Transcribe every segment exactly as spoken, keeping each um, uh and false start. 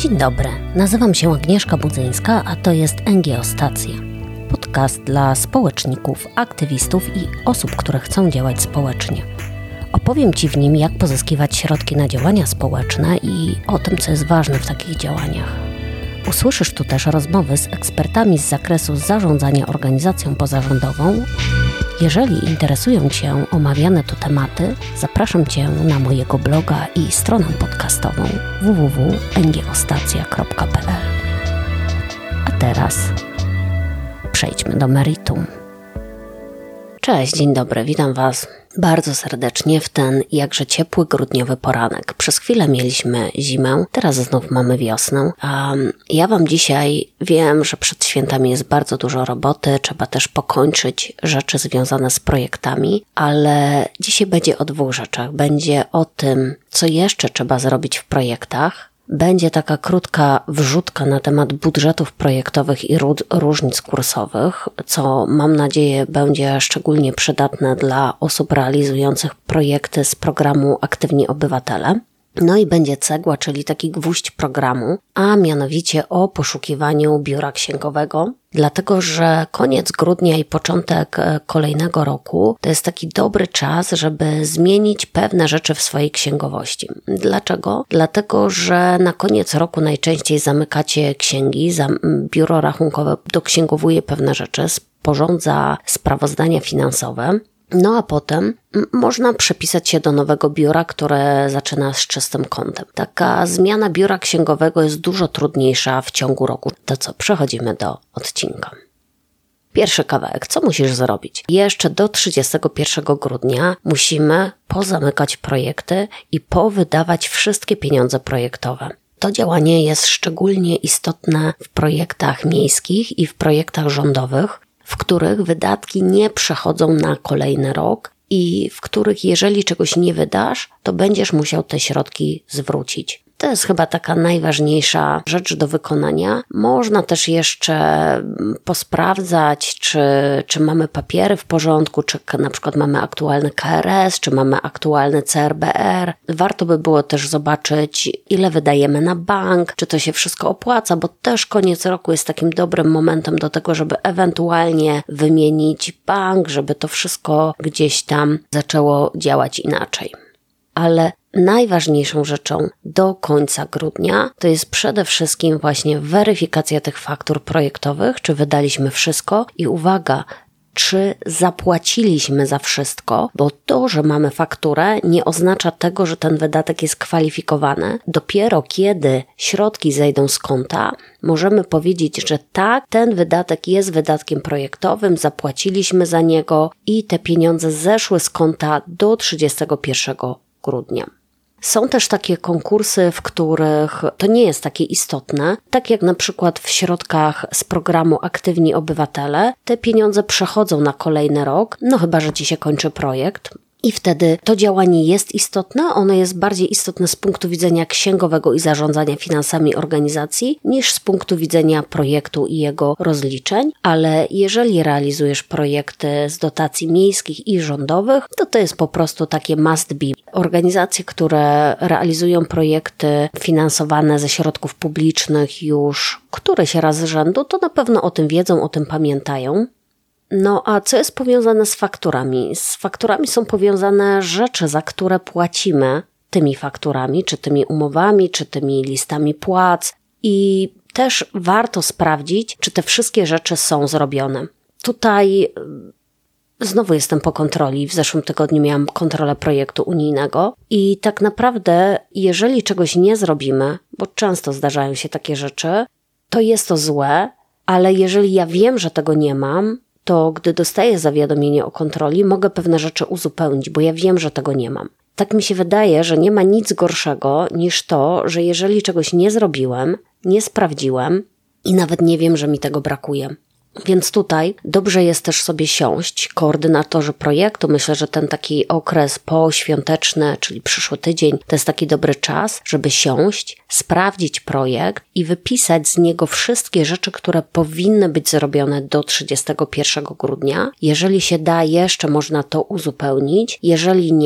Dzień dobry, nazywam się Agnieszka Budzyńska, a to jest Engiostacja. Podcast dla społeczników, aktywistów i osób, które chcą działać społecznie. Opowiem Ci w nim, jak pozyskiwać środki na działania społeczne i o tym, co jest ważne w takich działaniach. Usłyszysz tu też rozmowy z ekspertami z zakresu zarządzania organizacją pozarządową. Jeżeli interesują Cię omawiane tu tematy, zapraszam Cię na mojego bloga i stronę podcastową w w w kropka engiostacja kropka p l. A teraz przejdźmy do meritum. Cześć, dzień dobry, witam Was bardzo serdecznie w ten jakże ciepły grudniowy poranek. Przez chwilę mieliśmy zimę, teraz znów mamy wiosnę. Um, ja Wam dzisiaj wiem, że przed świętami jest bardzo dużo roboty, trzeba też pokończyć rzeczy związane z projektami, ale dzisiaj będzie o dwóch rzeczach. Będzie o tym, co jeszcze trzeba zrobić w projektach. Będzie taka krótka wrzutka na temat budżetów projektowych i różnic kursowych, co mam nadzieję będzie szczególnie przydatne dla osób realizujących projekty z programu Aktywni Obywatele. No i będzie cegła, czyli taki gwóźdź programu, a mianowicie o poszukiwaniu biura księgowego, dlatego że koniec grudnia i początek kolejnego roku to jest taki dobry czas, żeby zmienić pewne rzeczy w swojej księgowości. Dlaczego? Dlatego, że na koniec roku najczęściej zamykacie księgi, biuro rachunkowe doksięgowuje pewne rzeczy, sporządza sprawozdania finansowe. No a potem można przepisać się do nowego biura, które zaczyna z czystym kontem. Taka zmiana biura księgowego jest dużo trudniejsza w ciągu roku. To co, przechodzimy do odcinka. Pierwszy kawałek. Co musisz zrobić? Jeszcze do trzydziestego pierwszego grudnia musimy pozamykać projekty i powydawać wszystkie pieniądze projektowe. To działanie jest szczególnie istotne w projektach miejskich i w projektach rządowych, w których wydatki nie przechodzą na kolejny rok i w których jeżeli czegoś nie wydasz, to będziesz musiał te środki zwrócić. To jest chyba taka najważniejsza rzecz do wykonania. Można też jeszcze posprawdzać, czy, czy mamy papiery w porządku, czy na przykład mamy aktualny K R S, czy mamy aktualny C R B R. Warto by było też zobaczyć, ile wydajemy na bank, czy to się wszystko opłaca, bo też koniec roku jest takim dobrym momentem do tego, żeby ewentualnie wymienić bank, żeby to wszystko gdzieś tam zaczęło działać inaczej. Ale najważniejszą rzeczą do końca grudnia to jest przede wszystkim właśnie weryfikacja tych faktur projektowych, czy wydaliśmy wszystko i uwaga, czy zapłaciliśmy za wszystko, bo to, że mamy fakturę, nie oznacza tego, że ten wydatek jest kwalifikowany. Dopiero kiedy środki zejdą z konta, możemy powiedzieć, że tak, ten wydatek jest wydatkiem projektowym, zapłaciliśmy za niego i te pieniądze zeszły z konta do trzydziestego pierwszego grudnia. Są też takie konkursy, w których to nie jest takie istotne, tak jak na przykład w środkach z programu Aktywni Obywatele, te pieniądze przechodzą na kolejny rok, no chyba że Ci się kończy projekt. I wtedy to działanie jest istotne, ono jest bardziej istotne z punktu widzenia księgowego i zarządzania finansami organizacji niż z punktu widzenia projektu i jego rozliczeń, ale jeżeli realizujesz projekty z dotacji miejskich i rządowych, to to jest po prostu takie must be. Organizacje, które realizują projekty finansowane ze środków publicznych już któryś raz z rzędu, to na pewno o tym wiedzą, o tym pamiętają. No a co jest powiązane z fakturami? Z fakturami są powiązane rzeczy, za które płacimy tymi fakturami, czy tymi umowami, czy tymi listami płac i też warto sprawdzić, czy te wszystkie rzeczy są zrobione. Tutaj znowu jestem po kontroli. W zeszłym tygodniu miałam kontrolę projektu unijnego i tak naprawdę jeżeli czegoś nie zrobimy, bo często zdarzają się takie rzeczy, to jest to złe, ale jeżeli ja wiem, że tego nie mam, to gdy dostaję zawiadomienie o kontroli, mogę pewne rzeczy uzupełnić, bo ja wiem, że tego nie mam. Tak mi się wydaje, że nie ma nic gorszego niż to, że jeżeli czegoś nie zrobiłem, nie sprawdziłem i nawet nie wiem, że mi tego brakuje. Więc tutaj dobrze jest też sobie siąść, koordynatorzy projektu, myślę, że ten taki okres poświąteczny, czyli przyszły tydzień, to jest taki dobry czas, żeby siąść, sprawdzić projekt i wypisać z niego wszystkie rzeczy, które powinny być zrobione do trzydziestego pierwszego grudnia. Jeżeli się da, jeszcze można to uzupełnić. Jeżeli nie,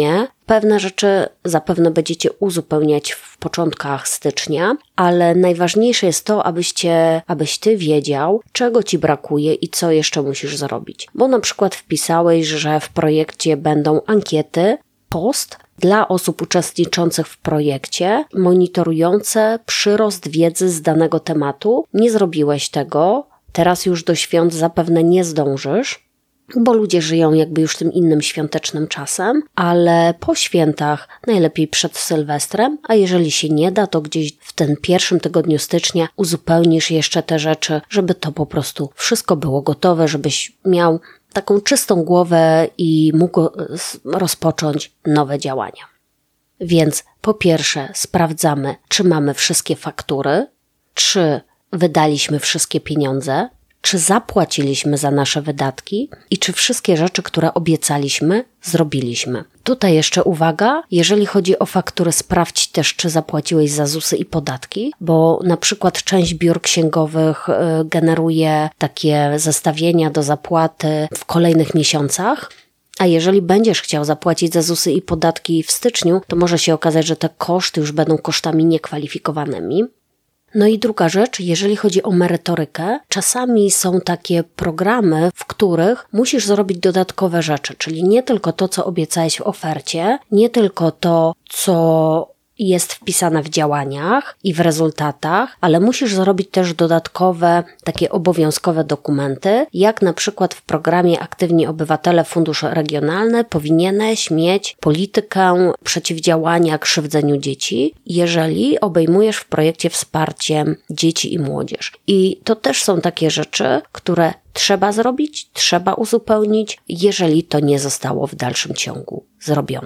Pewne rzeczy zapewne będziecie uzupełniać w początkach stycznia, ale najważniejsze jest to, abyście, abyś ty wiedział, czego ci brakuje i co jeszcze musisz zrobić. Bo na przykład wpisałeś, że w projekcie będą ankiety, post dla osób uczestniczących w projekcie, monitorujące przyrost wiedzy z danego tematu. Nie zrobiłeś tego, teraz już do świąt zapewne nie zdążysz, bo ludzie żyją jakby już tym innym świątecznym czasem, ale po świętach, najlepiej przed Sylwestrem, a jeżeli się nie da, to gdzieś w tym pierwszym tygodniu stycznia uzupełnisz jeszcze te rzeczy, żeby to po prostu wszystko było gotowe, żebyś miał taką czystą głowę i mógł rozpocząć nowe działania. Więc po pierwsze sprawdzamy, czy mamy wszystkie faktury, czy wydaliśmy wszystkie pieniądze, czy zapłaciliśmy za nasze wydatki i czy wszystkie rzeczy, które obiecaliśmy, zrobiliśmy. Tutaj jeszcze uwaga, jeżeli chodzi o faktury, sprawdź też, czy zapłaciłeś za zusy i podatki, bo na przykład część biur księgowych generuje takie zestawienia do zapłaty w kolejnych miesiącach, a jeżeli będziesz chciał zapłacić za zusy i podatki w styczniu, to może się okazać, że te koszty już będą kosztami niekwalifikowanymi. No i druga rzecz, jeżeli chodzi o merytorykę, czasami są takie programy, w których musisz zrobić dodatkowe rzeczy, czyli nie tylko to, co obiecałeś w ofercie, nie tylko to, co jest wpisane w działaniach i w rezultatach, ale musisz zrobić też dodatkowe, takie obowiązkowe dokumenty, jak na przykład w programie Aktywni Obywatele Fundusze Regionalne powinieneś mieć politykę przeciwdziałania krzywdzeniu dzieci, jeżeli obejmujesz w projekcie wsparciem dzieci i młodzież. I to też są takie rzeczy, które trzeba zrobić, trzeba uzupełnić, jeżeli to nie zostało w dalszym ciągu zrobione.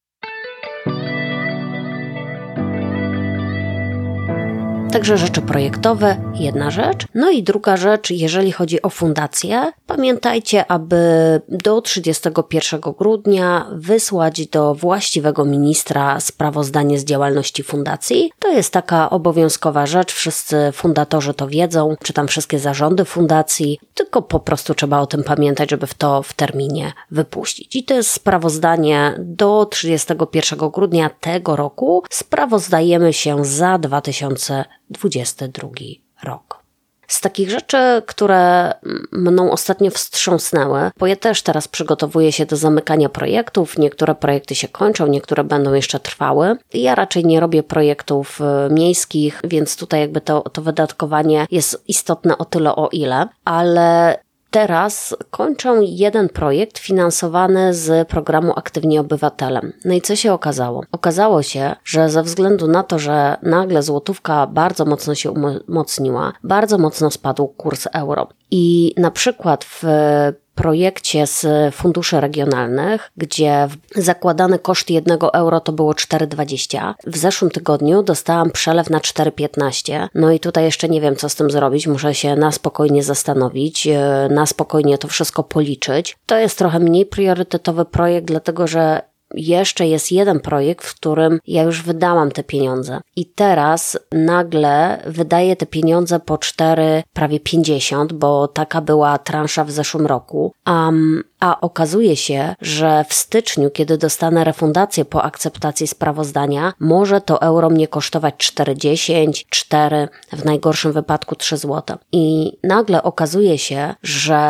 Także rzeczy projektowe, jedna rzecz. No i druga rzecz, jeżeli chodzi o fundację, pamiętajcie, aby do trzydziestego pierwszego grudnia wysłać do właściwego ministra sprawozdanie z działalności fundacji. To jest taka obowiązkowa rzecz, wszyscy fundatorzy to wiedzą, czy tam wszystkie zarządy fundacji, tylko po prostu trzeba o tym pamiętać, żeby w to w terminie wypuścić. I to jest sprawozdanie do trzydziestego pierwszego grudnia tego roku. Sprawozdajemy się za dwa tysiące dwudziesty drugi rok. Z takich rzeczy, które mną ostatnio wstrząsnęły, bo ja też teraz przygotowuję się do zamykania projektów, niektóre projekty się kończą, niektóre będą jeszcze trwały. Ja raczej nie robię projektów miejskich, więc tutaj jakby to, to wydatkowanie jest istotne o tyle, o ile, ale teraz kończą jeden projekt finansowany z programu Aktywni Obywatelem. No i co się okazało? Okazało się, że ze względu na to, że nagle złotówka bardzo mocno się umocniła, bardzo mocno spadł kurs euro. I na przykład w projekcie z funduszy regionalnych, gdzie zakładany koszt jednego euro to było cztery dwadzieścia. W zeszłym tygodniu dostałam przelew na cztery piętnaście. No i tutaj jeszcze nie wiem, co z tym zrobić. Muszę się na spokojnie zastanowić, na spokojnie to wszystko policzyć. To jest trochę mniej priorytetowy projekt, dlatego że jeszcze jest jeden projekt, w którym ja już wydałam te pieniądze i teraz nagle wydaję te pieniądze po cztery, prawie pięćdziesiąt, bo taka była transza w zeszłym roku, um, a okazuje się, że w styczniu, kiedy dostanę refundację po akceptacji sprawozdania, może to euro mnie kosztować cztery dziesięć, cztery, w najgorszym wypadku trzy złote. I nagle okazuje się, że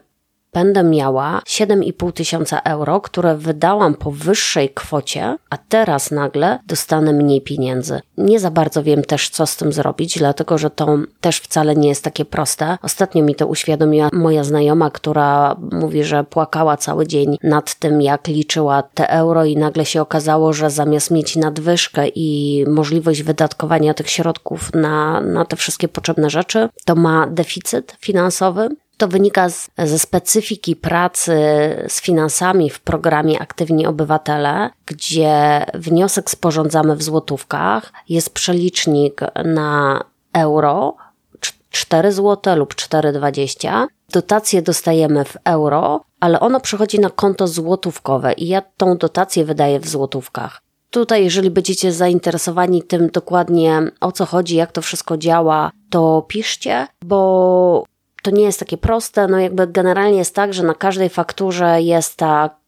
będę miała siedem i pół tysiąca euro, które wydałam po wyższej kwocie, a teraz nagle dostanę mniej pieniędzy. Nie za bardzo wiem też, co z tym zrobić, dlatego że to też wcale nie jest takie proste. Ostatnio mi to uświadomiła moja znajoma, która mówi, że płakała cały dzień nad tym, jak liczyła te euro i nagle się okazało, że zamiast mieć nadwyżkę i możliwość wydatkowania tych środków na, na te wszystkie potrzebne rzeczy, to ma deficyt finansowy. To wynika z, ze specyfiki pracy z finansami w programie Aktywni Obywatele, gdzie wniosek sporządzamy w złotówkach, jest przelicznik na euro, cztery złote lub cztery dwadzieścia. Dotację dostajemy w euro, ale ono przychodzi na konto złotówkowe i ja tą dotację wydaję w złotówkach. Tutaj, jeżeli będziecie zainteresowani tym dokładnie, o co chodzi, jak to wszystko działa, to piszcie, bo to nie jest takie proste, no jakby generalnie jest tak, że na każdej fakturze jest ta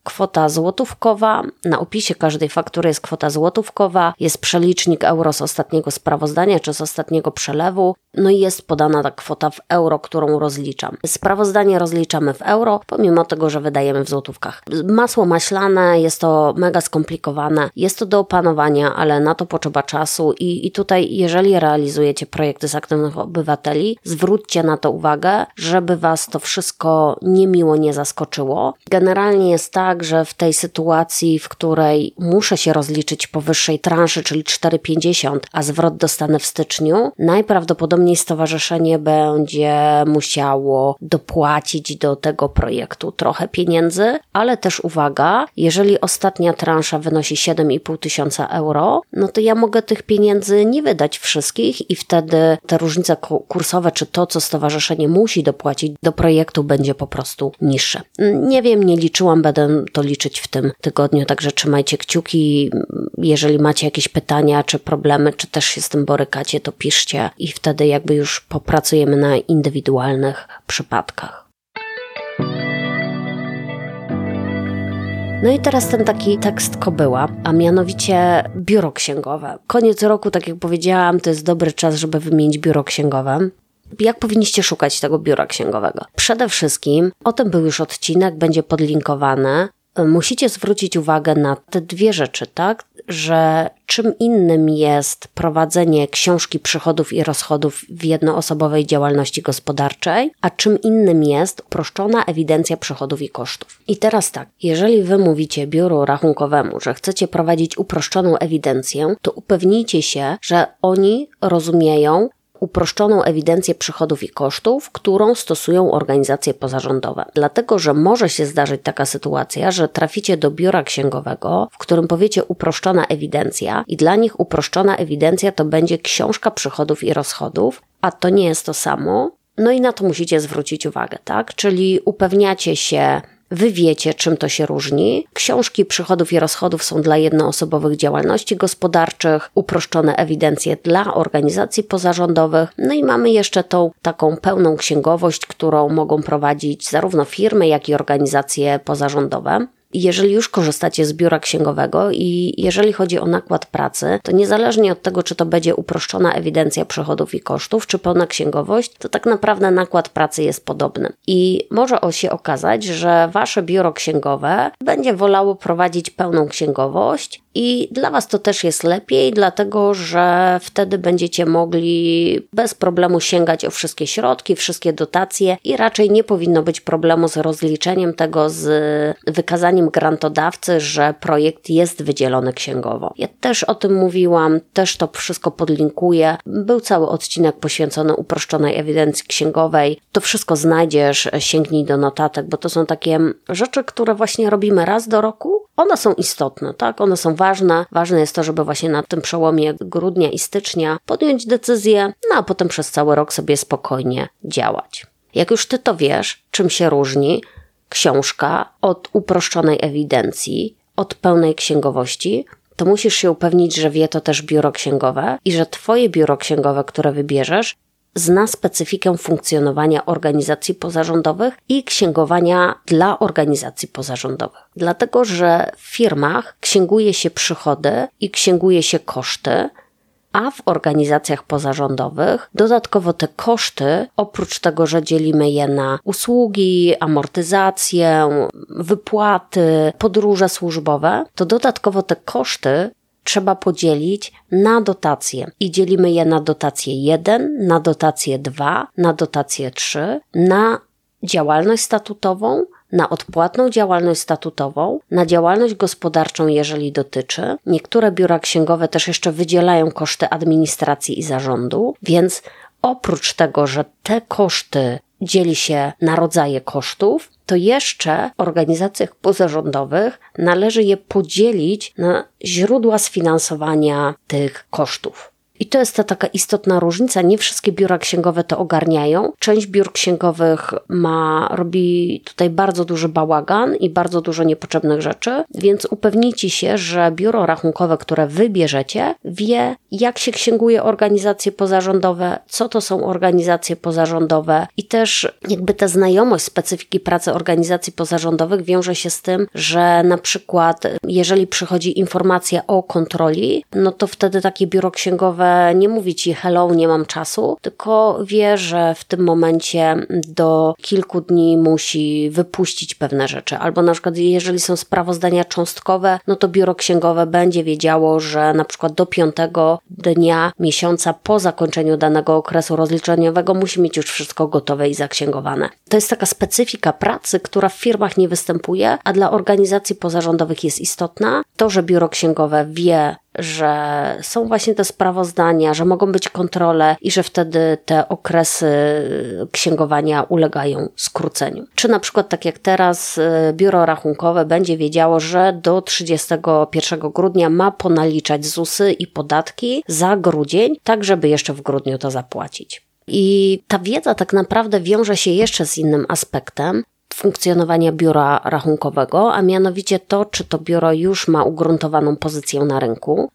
kwota złotówkowa, na opisie każdej faktury jest kwota złotówkowa, jest przelicznik euro z ostatniego sprawozdania czy z ostatniego przelewu, no i jest podana ta kwota w euro, którą rozliczam. Sprawozdanie rozliczamy w euro, pomimo tego, że wydajemy w złotówkach. Masło maślane, jest to mega skomplikowane, jest to do opanowania, ale na to potrzeba czasu i, i tutaj, jeżeli realizujecie projekty z aktywnych obywateli, zwróćcie na to uwagę, żeby Was to wszystko niemiło nie zaskoczyło. Generalnie jest tak, że w tej sytuacji, w której muszę się rozliczyć po wyższej transzy, czyli cztery pięćdziesiąt, a zwrot dostanę w styczniu, najprawdopodobniej stowarzyszenie będzie musiało dopłacić do tego projektu trochę pieniędzy, ale też uwaga, jeżeli ostatnia transza wynosi siedem i pół tysiąca euro, no to ja mogę tych pieniędzy nie wydać wszystkich i wtedy te różnice kursowe, czy to, co stowarzyszenie musi dopłacić do projektu, będzie po prostu niższe. Nie wiem, nie liczyłam, będę to liczyć w tym tygodniu, także trzymajcie kciuki. Jeżeli macie jakieś pytania, czy problemy, czy też się z tym borykacie, to piszcie i wtedy jakby już popracujemy na indywidualnych przypadkach. No i teraz ten taki tekst kobyła, a mianowicie biuro księgowe. Koniec roku, tak jak powiedziałam, to jest dobry czas, żeby wymienić biuro księgowe. Jak powinniście szukać tego biura księgowego? Przede wszystkim, o tym był już odcinek, będzie podlinkowany. Musicie zwrócić uwagę na te dwie rzeczy, tak? Że czym innym jest prowadzenie książki przychodów i rozchodów w jednoosobowej działalności gospodarczej, a czym innym jest uproszczona ewidencja przychodów i kosztów. I teraz tak, jeżeli wy mówicie biuru rachunkowemu, że chcecie prowadzić uproszczoną ewidencję, to upewnijcie się, że oni rozumieją uproszczoną ewidencję przychodów i kosztów, którą stosują organizacje pozarządowe. Dlatego, że może się zdarzyć taka sytuacja, że traficie do biura księgowego, w którym powiecie uproszczona ewidencja i dla nich uproszczona ewidencja to będzie książka przychodów i rozchodów, a to nie jest to samo. No i na to musicie zwrócić uwagę, tak? Czyli upewniacie się, wy wiecie, czym to się różni. Książki przychodów i rozchodów są dla jednoosobowych działalności gospodarczych, uproszczone ewidencje dla organizacji pozarządowych. No i mamy jeszcze tą taką pełną księgowość, którą mogą prowadzić zarówno firmy, jak i organizacje pozarządowe. Jeżeli już korzystacie z biura księgowego i jeżeli chodzi o nakład pracy, to niezależnie od tego, czy to będzie uproszczona ewidencja przychodów i kosztów, czy pełna księgowość, to tak naprawdę nakład pracy jest podobny. I może się okazać, że wasze biuro księgowe będzie wolało prowadzić pełną księgowość i dla was to też jest lepiej, dlatego że wtedy będziecie mogli bez problemu sięgać o wszystkie środki, wszystkie dotacje i raczej nie powinno być problemu z rozliczeniem tego, z wykazaniem grantodawcy, że projekt jest wydzielony księgowo. Ja też o tym mówiłam, też to wszystko podlinkuję. Był cały odcinek poświęcony uproszczonej ewidencji księgowej. To wszystko znajdziesz, sięgnij do notatek, bo to są takie rzeczy, które właśnie robimy raz do roku. One są istotne, tak? One są ważne. Ważne jest to, żeby właśnie na tym przełomie grudnia i stycznia podjąć decyzję, no a potem przez cały rok sobie spokojnie działać. Jak już ty to wiesz, czym się różni książka od uproszczonej ewidencji, od pełnej księgowości, to musisz się upewnić, że wie to też biuro księgowe i że twoje biuro księgowe, które wybierzesz, zna specyfikę funkcjonowania organizacji pozarządowych i księgowania dla organizacji pozarządowych. Dlatego, że w firmach księguje się przychody i księguje się koszty, a w organizacjach pozarządowych dodatkowo te koszty, oprócz tego, że dzielimy je na usługi, amortyzację, wypłaty, podróże służbowe, to dodatkowo te koszty trzeba podzielić na dotacje i dzielimy je na dotację jeden, na dotację dwa, na dotację trzy, na działalność statutową, na odpłatną działalność statutową, na działalność gospodarczą, jeżeli dotyczy. Niektóre biura księgowe też jeszcze wydzielają koszty administracji i zarządu, więc oprócz tego, że te koszty dzieli się na rodzaje kosztów, to jeszcze w organizacjach pozarządowych należy je podzielić na źródła sfinansowania tych kosztów. I to jest ta taka istotna różnica. Nie wszystkie biura księgowe to ogarniają. Część biur księgowych ma, robi tutaj bardzo duży bałagan i bardzo dużo niepotrzebnych rzeczy, więc upewnijcie się, że biuro rachunkowe, które wybierzecie, wie, jak się księguje organizacje pozarządowe, co to są organizacje pozarządowe i też jakby ta znajomość specyfiki pracy organizacji pozarządowych wiąże się z tym, że na przykład jeżeli przychodzi informacja o kontroli, no to wtedy takie biuro księgowe nie mówi ci hello, nie mam czasu, tylko wie, że w tym momencie do kilku dni musi wypuścić pewne rzeczy. Albo na przykład jeżeli są sprawozdania cząstkowe, no to biuro księgowe będzie wiedziało, że na przykład do piątego dnia miesiąca po zakończeniu danego okresu rozliczeniowego musi mieć już wszystko gotowe i zaksięgowane. To jest taka specyfika pracy, która w firmach nie występuje, a dla organizacji pozarządowych jest istotna. To, że biuro księgowe wie, że są właśnie te sprawozdania, że mogą być kontrole i że wtedy te okresy księgowania ulegają skróceniu. Czy na przykład tak jak teraz biuro rachunkowe będzie wiedziało, że do trzydziestego pierwszego grudnia ma ponaliczać zusy i podatki za grudzień, tak żeby jeszcze w grudniu to zapłacić. I ta wiedza tak naprawdę wiąże się jeszcze z innym aspektem funkcjonowania biura rachunkowego, a mianowicie to, czy to biuro już ma ugruntowaną pozycję na rynku,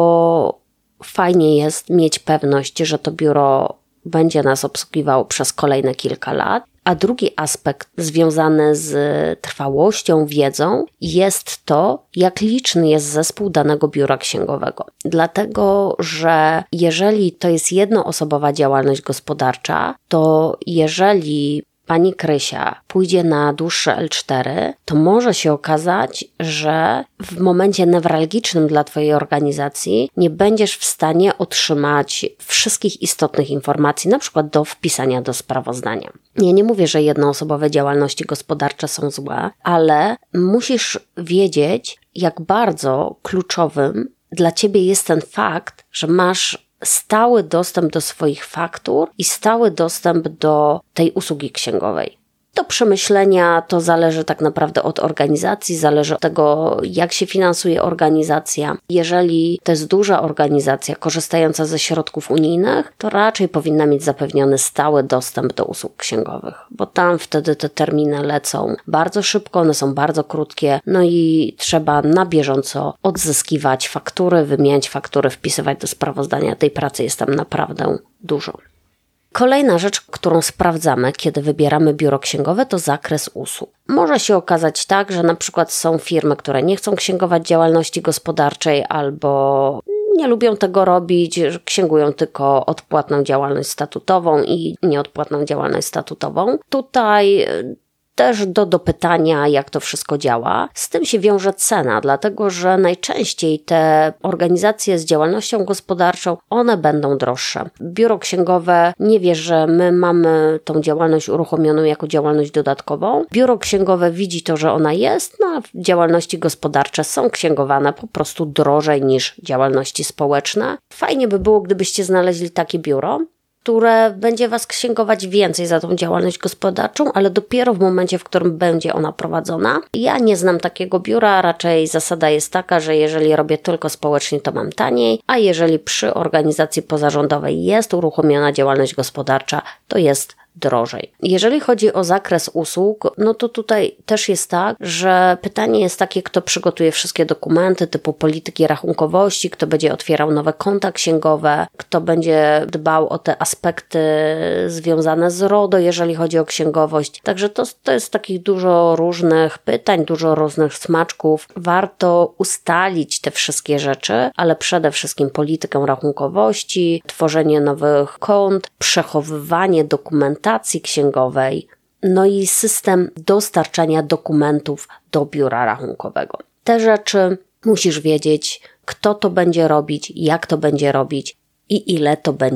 bo fajnie jest mieć pewność, że to biuro będzie nas obsługiwało przez kolejne kilka lat. A drugi aspekt związany z trwałością, wiedzą jest to, jak liczny jest zespół danego biura księgowego. Dlatego, że jeżeli to jest jednoosobowa działalność gospodarcza, to jeżeli pani Krysia pójdzie na dłuższe L cztery, to może się okazać, że w momencie newralgicznym dla twojej organizacji nie będziesz w stanie otrzymać wszystkich istotnych informacji, na przykład do wpisania do sprawozdania. Ja nie mówię, że jednoosobowe działalności gospodarcze są złe, ale musisz wiedzieć, jak bardzo kluczowym dla ciebie jest ten fakt, że masz stały dostęp do swoich faktur i stały dostęp do tej usługi księgowej. Do przemyślenia to zależy tak naprawdę od organizacji, zależy od tego, jak się finansuje organizacja. Jeżeli to jest duża organizacja korzystająca ze środków unijnych, to raczej powinna mieć zapewniony stały dostęp do usług księgowych, bo tam wtedy te terminy lecą bardzo szybko, one są bardzo krótkie, no i trzeba na bieżąco odzyskiwać faktury, wymieniać faktury, wpisywać do sprawozdania. Tej pracy jest tam naprawdę dużo. Kolejna rzecz, którą sprawdzamy, kiedy wybieramy biuro księgowe, to zakres usług. Może się okazać tak, że na przykład są firmy, które nie chcą księgować działalności gospodarczej albo nie lubią tego robić, że księgują tylko odpłatną działalność statutową i nieodpłatną działalność statutową. Tutaj też do dopytania, jak to wszystko działa. Z tym się wiąże cena, dlatego że najczęściej te organizacje z działalnością gospodarczą, one będą droższe. Biuro księgowe nie wie, że my mamy tą działalność uruchomioną jako działalność dodatkową. Biuro księgowe widzi to, że ona jest, no a działalności gospodarcze są księgowane po prostu drożej niż działalności społeczne. Fajnie by było, gdybyście znaleźli takie biuro, które będzie was księgować więcej za tą działalność gospodarczą, ale dopiero w momencie, w którym będzie ona prowadzona. Ja nie znam takiego biura, raczej zasada jest taka, że jeżeli robię tylko społecznie, to mam taniej, a jeżeli przy organizacji pozarządowej jest uruchomiona działalność gospodarcza, to jest drożej. Jeżeli chodzi o zakres usług, no to tutaj też jest tak, że pytanie jest takie, kto przygotuje wszystkie dokumenty typu polityki rachunkowości, kto będzie otwierał nowe konta księgowe, kto będzie dbał o te aspekty związane z RODO, jeżeli chodzi o księgowość. Także to, to jest takich dużo różnych pytań, dużo różnych smaczków. Warto ustalić te wszystkie rzeczy, ale przede wszystkim politykę rachunkowości, tworzenie nowych kont, przechowywanie dokumentów księgowej, no i system dostarczania dokumentów do biura rachunkowego. Te rzeczy musisz wiedzieć, kto to będzie robić, jak to będzie robić i ile to będzie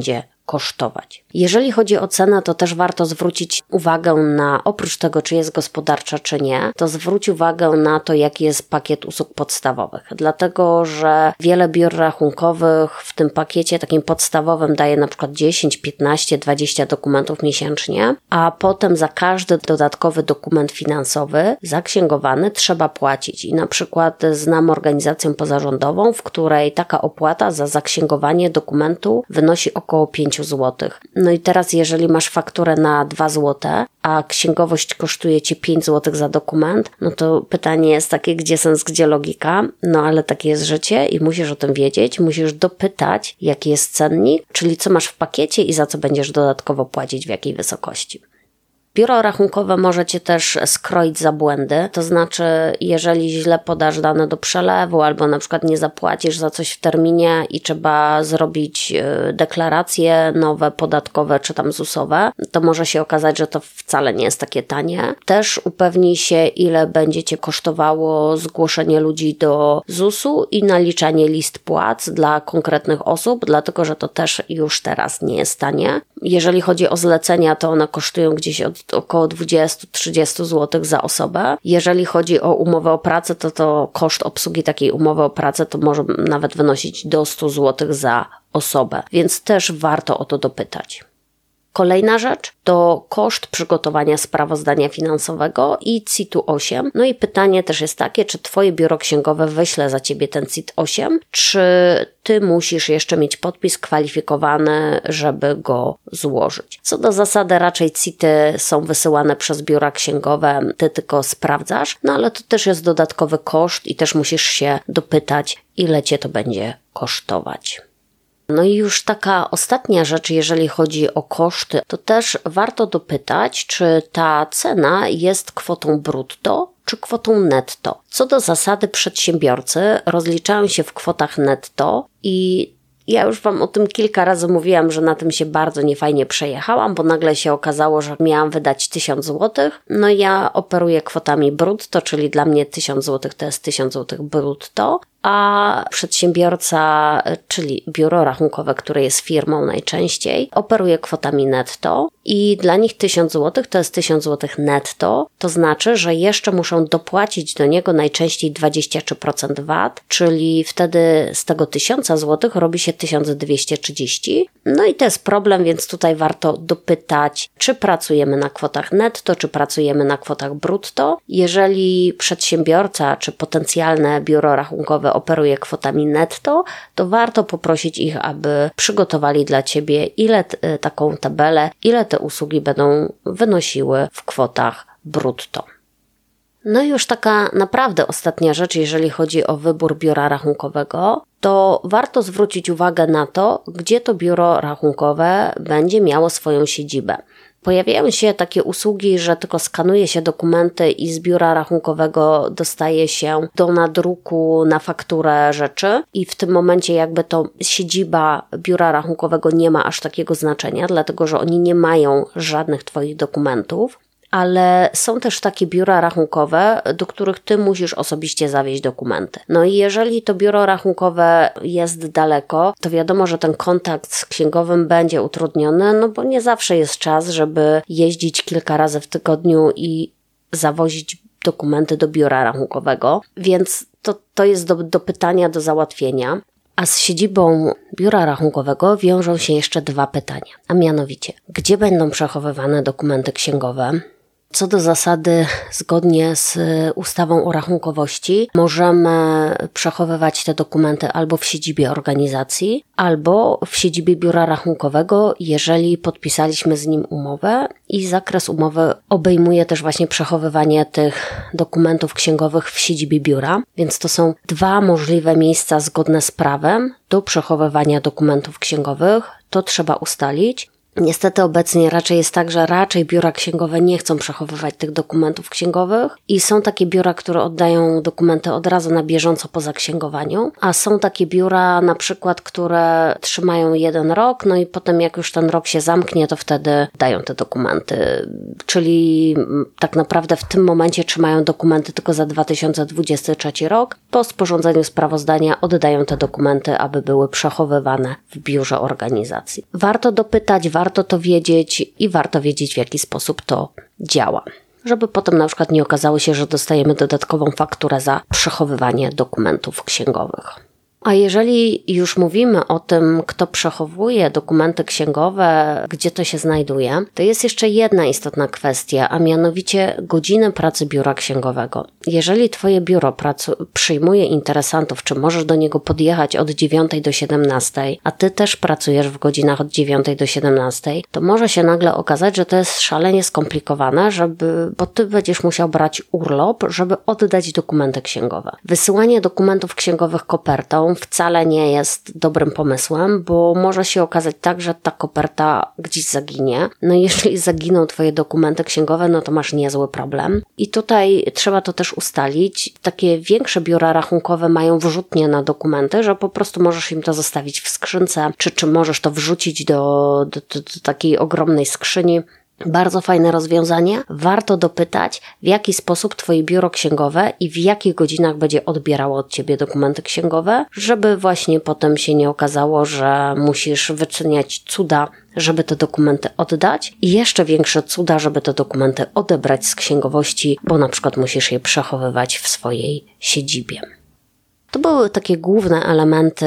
kosztować. Jeżeli chodzi o cenę, to też warto zwrócić uwagę na, oprócz tego, czy jest gospodarcza, czy nie, to zwróć uwagę na to, jaki jest pakiet usług podstawowych. Dlatego, że wiele biur rachunkowych w tym pakiecie takim podstawowym daje na przykład dziesięć, piętnaście, dwadzieścia dokumentów miesięcznie, a potem za każdy dodatkowy dokument finansowy zaksięgowany trzeba płacić. I na przykład znam organizację pozarządową, w której taka opłata za zaksięgowanie dokumentu wynosi około pięć złotych. No i teraz jeżeli masz fakturę na dwa złote, a księgowość kosztuje Cię pięć złotych za dokument, no to pytanie jest takie, gdzie sens, gdzie logika? No ale takie jest życie i musisz o tym wiedzieć, musisz dopytać, jaki jest cennik, czyli co masz w pakiecie i za co będziesz dodatkowo płacić, w jakiej wysokości. Biuro rachunkowe może Cię też skroić za błędy, to znaczy jeżeli źle podasz dane do przelewu albo na przykład nie zapłacisz za coś w terminie i trzeba zrobić deklaracje nowe, podatkowe czy tam zusowe, to może się okazać, że to wcale nie jest takie tanie. Też upewnij się, ile będzie Cię kosztowało zgłoszenie ludzi do zusu i naliczanie list płac dla konkretnych osób, dlatego że to też już teraz nie jest tanie. Jeżeli chodzi o zlecenia, to one kosztują gdzieś od około dwadzieścia do trzydziestu złotych za osobę. Jeżeli chodzi o umowę o pracę, to to koszt obsługi takiej umowy o pracę to może nawet wynosić do stu złotych za osobę, więc też warto o to dopytać. Kolejna rzecz to koszt przygotowania sprawozdania finansowego i C I T-u osiem. No i pytanie też jest takie, czy Twoje biuro księgowe wyśle za Ciebie ten C I T osiem, czy Ty musisz jeszcze mieć podpis kwalifikowany, żeby go złożyć. Co do zasady raczej C I T-y są wysyłane przez biura księgowe, Ty tylko sprawdzasz, no ale to też jest dodatkowy koszt i też musisz się dopytać, ile Cię to będzie kosztować. No i już taka ostatnia rzecz, jeżeli chodzi o koszty, to też warto dopytać, czy ta cena jest kwotą brutto, czy kwotą netto. Co do zasady przedsiębiorcy rozliczają się w kwotach netto i ja już Wam o tym kilka razy mówiłam, że na tym się bardzo niefajnie przejechałam, bo nagle się okazało, że miałam wydać tysiąc złotych. No ja operuję kwotami brutto, czyli dla mnie tysiąc złotych to jest tysiąc złotych brutto, a przedsiębiorca, czyli biuro rachunkowe, które jest firmą najczęściej, operuje kwotami netto i dla nich tysiąc złotych to jest tysiąc złotych netto, to znaczy, że jeszcze muszą dopłacić do niego najczęściej dwadzieścia trzy procent V A T, czyli wtedy z tego tysiąca złotych robi się tysiąc dwieście trzydzieści. No i to jest problem, więc tutaj warto dopytać, czy pracujemy na kwotach netto, czy pracujemy na kwotach brutto. Jeżeli przedsiębiorca, czy potencjalne biuro rachunkowe operuje kwotami netto, to warto poprosić ich, aby przygotowali dla Ciebie ile t- taką tabelę, ile te usługi będą wynosiły w kwotach brutto. No i już taka naprawdę ostatnia rzecz, jeżeli chodzi o wybór biura rachunkowego, to warto zwrócić uwagę na to, gdzie to biuro rachunkowe będzie miało swoją siedzibę. Pojawiają się takie usługi, że tylko skanuje się dokumenty i z biura rachunkowego dostaje się do nadruku na fakturę rzeczy i w tym momencie jakby to siedziba biura rachunkowego nie ma aż takiego znaczenia, dlatego że oni nie mają żadnych Twoich dokumentów. Ale są też takie biura rachunkowe, do których Ty musisz osobiście zawieźć dokumenty. No i jeżeli to biuro rachunkowe jest daleko, to wiadomo, że ten kontakt z księgowym będzie utrudniony, no bo nie zawsze jest czas, żeby jeździć kilka razy w tygodniu i zawozić dokumenty do biura rachunkowego, więc to, to jest do, do pytania, do załatwienia. A z siedzibą biura rachunkowego wiążą się jeszcze dwa pytania, a mianowicie, gdzie będą przechowywane dokumenty księgowe? Co do zasady, zgodnie z ustawą o rachunkowości, możemy przechowywać te dokumenty albo w siedzibie organizacji, albo w siedzibie biura rachunkowego, jeżeli podpisaliśmy z nim umowę i zakres umowy obejmuje też właśnie przechowywanie tych dokumentów księgowych w siedzibie biura, więc to są dwa możliwe miejsca zgodne z prawem do przechowywania dokumentów księgowych. To trzeba ustalić. Niestety obecnie raczej jest tak, że raczej biura księgowe nie chcą przechowywać tych dokumentów księgowych i są takie biura, które oddają dokumenty od razu na bieżąco po zaksięgowaniu, a są takie biura na przykład, które trzymają jeden rok, no i potem jak już ten rok się zamknie, to wtedy dają te dokumenty. Czyli tak naprawdę w tym momencie trzymają dokumenty tylko za dwa tysiące dwudziesty trzeci rok. Po sporządzeniu sprawozdania oddają te dokumenty, aby były przechowywane w biurze organizacji. Warto dopytać, warto to wiedzieć i warto wiedzieć, w jaki sposób to działa. Żeby potem na przykład nie okazało się, że dostajemy dodatkową fakturę za przechowywanie dokumentów księgowych. A jeżeli już mówimy o tym, kto przechowuje dokumenty księgowe, gdzie to się znajduje, to jest jeszcze jedna istotna kwestia, a mianowicie godziny pracy biura księgowego. Jeżeli Twoje biuro pracu- przyjmuje interesantów, czy możesz do niego podjechać od dziewiątej do siedemnastej, a Ty też pracujesz w godzinach od dziewiątej do siedemnastej, to może się nagle okazać, że to jest szalenie skomplikowane, żeby, bo Ty będziesz musiał brać urlop, żeby oddać dokumenty księgowe. Wysyłanie dokumentów księgowych kopertą wcale nie jest dobrym pomysłem, bo może się okazać tak, że ta koperta gdzieś zaginie. No i jeżeli zaginą Twoje dokumenty księgowe, no to masz niezły problem. I tutaj trzeba to też ustalić. Takie większe biura rachunkowe mają wrzutnie na dokumenty, że po prostu możesz im to zostawić w skrzynce, czy, czy możesz to wrzucić do, do, do, do takiej ogromnej skrzyni. Bardzo fajne rozwiązanie. Warto dopytać, w jaki sposób Twoje biuro księgowe i w jakich godzinach będzie odbierało od Ciebie dokumenty księgowe, żeby właśnie potem się nie okazało, że musisz wyczyniać cuda, żeby te dokumenty oddać i jeszcze większe cuda, żeby te dokumenty odebrać z księgowości, bo na przykład musisz je przechowywać w swojej siedzibie. To były takie główne elementy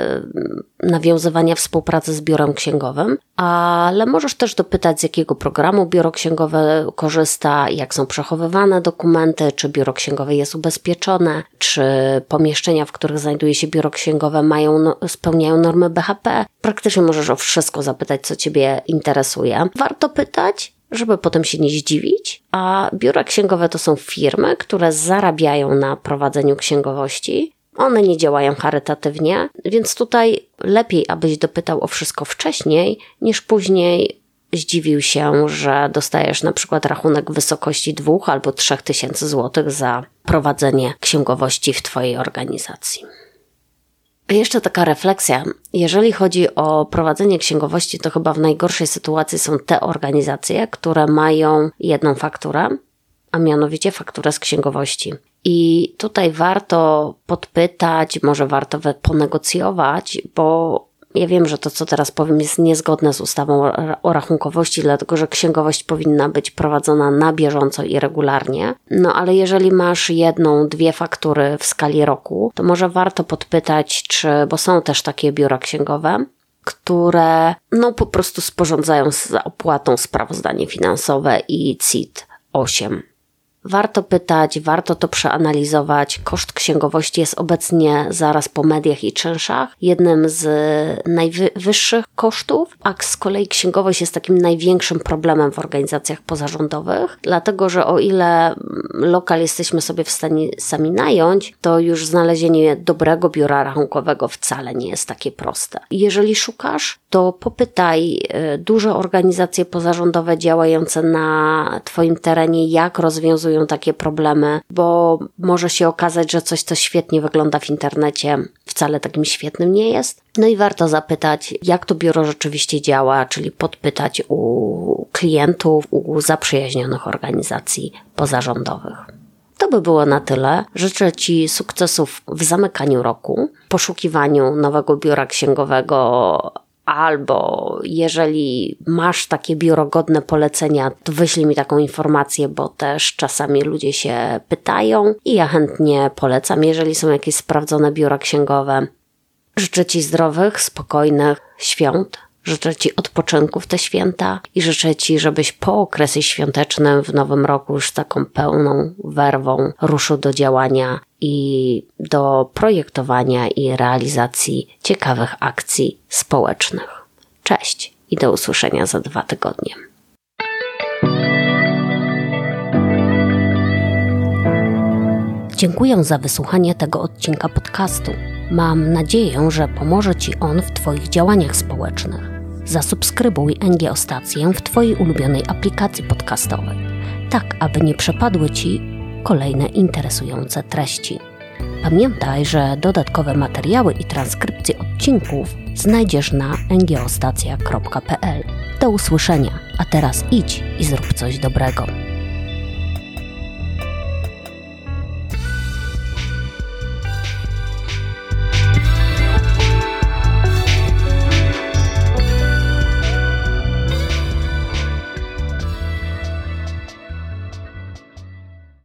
nawiązywania współpracy z biurem księgowym, ale możesz też dopytać, z jakiego programu biuro księgowe korzysta, jak są przechowywane dokumenty, czy biuro księgowe jest ubezpieczone, czy pomieszczenia, w których znajduje się biuro księgowe mają, no, spełniają normy B H P. Praktycznie możesz o wszystko zapytać, co Ciebie interesuje. Warto pytać, żeby potem się nie zdziwić, a biura księgowe to są firmy, które zarabiają na prowadzeniu księgowości. One nie działają charytatywnie, więc tutaj lepiej, abyś dopytał o wszystko wcześniej, niż później zdziwił się, że dostajesz na przykład rachunek w wysokości dwóch albo trzech tysięcy złotych za prowadzenie księgowości w Twojej organizacji. A jeszcze taka refleksja. Jeżeli chodzi o prowadzenie księgowości, to chyba w najgorszej sytuacji są te organizacje, które mają jedną fakturę, a mianowicie fakturę z księgowości. I tutaj warto podpytać, może warto ponegocjować, bo ja wiem, że to, co teraz powiem, jest niezgodne z ustawą o rachunkowości, dlatego że księgowość powinna być prowadzona na bieżąco i regularnie. No ale jeżeli masz jedną, dwie faktury w skali roku, to może warto podpytać, czy, bo są też takie biura księgowe, które no po prostu sporządzają z opłatą sprawozdanie finansowe i C I T osiem. Warto pytać, warto to przeanalizować. Koszt księgowości jest obecnie zaraz po mediach i czynszach jednym z najwyższych kosztów, a z kolei księgowość jest takim największym problemem w organizacjach pozarządowych, dlatego że o ile lokal jesteśmy sobie w stanie sami nająć, to już znalezienie dobrego biura rachunkowego wcale nie jest takie proste. Jeżeli szukasz, to popytaj duże organizacje pozarządowe działające na Twoim terenie, jak rozwiązują takie problemy, bo może się okazać, że coś, co świetnie wygląda w internecie, wcale takim świetnym nie jest. No i warto zapytać, jak to biuro rzeczywiście działa, czyli podpytać u klientów, u zaprzyjaźnionych organizacji pozarządowych. To by było na tyle. Życzę Ci sukcesów w zamykaniu roku, poszukiwaniu nowego biura księgowego, albo jeżeli masz takie biuro godne polecenia, to wyślij mi taką informację, bo też czasami ludzie się pytają i ja chętnie polecam, jeżeli są jakieś sprawdzone biura księgowe. Życzę Ci zdrowych, spokojnych świąt, życzę Ci odpoczynku w te święta i życzę Ci, żebyś po okresie świątecznym w nowym roku już z taką pełną werwą ruszył do działania i do projektowania i realizacji ciekawych akcji społecznych. Cześć i do usłyszenia za dwa tygodnie. Dziękuję za wysłuchanie tego odcinka podcastu. Mam nadzieję, że pomoże Ci on w Twoich działaniach społecznych. Zasubskrybuj N G O Stację w Twojej ulubionej aplikacji podcastowej, tak aby nie przepadły Ci kolejne interesujące treści. Pamiętaj, że dodatkowe materiały i transkrypcje odcinków znajdziesz na n g o stacja kropka p l. Do usłyszenia, a teraz idź i zrób coś dobrego.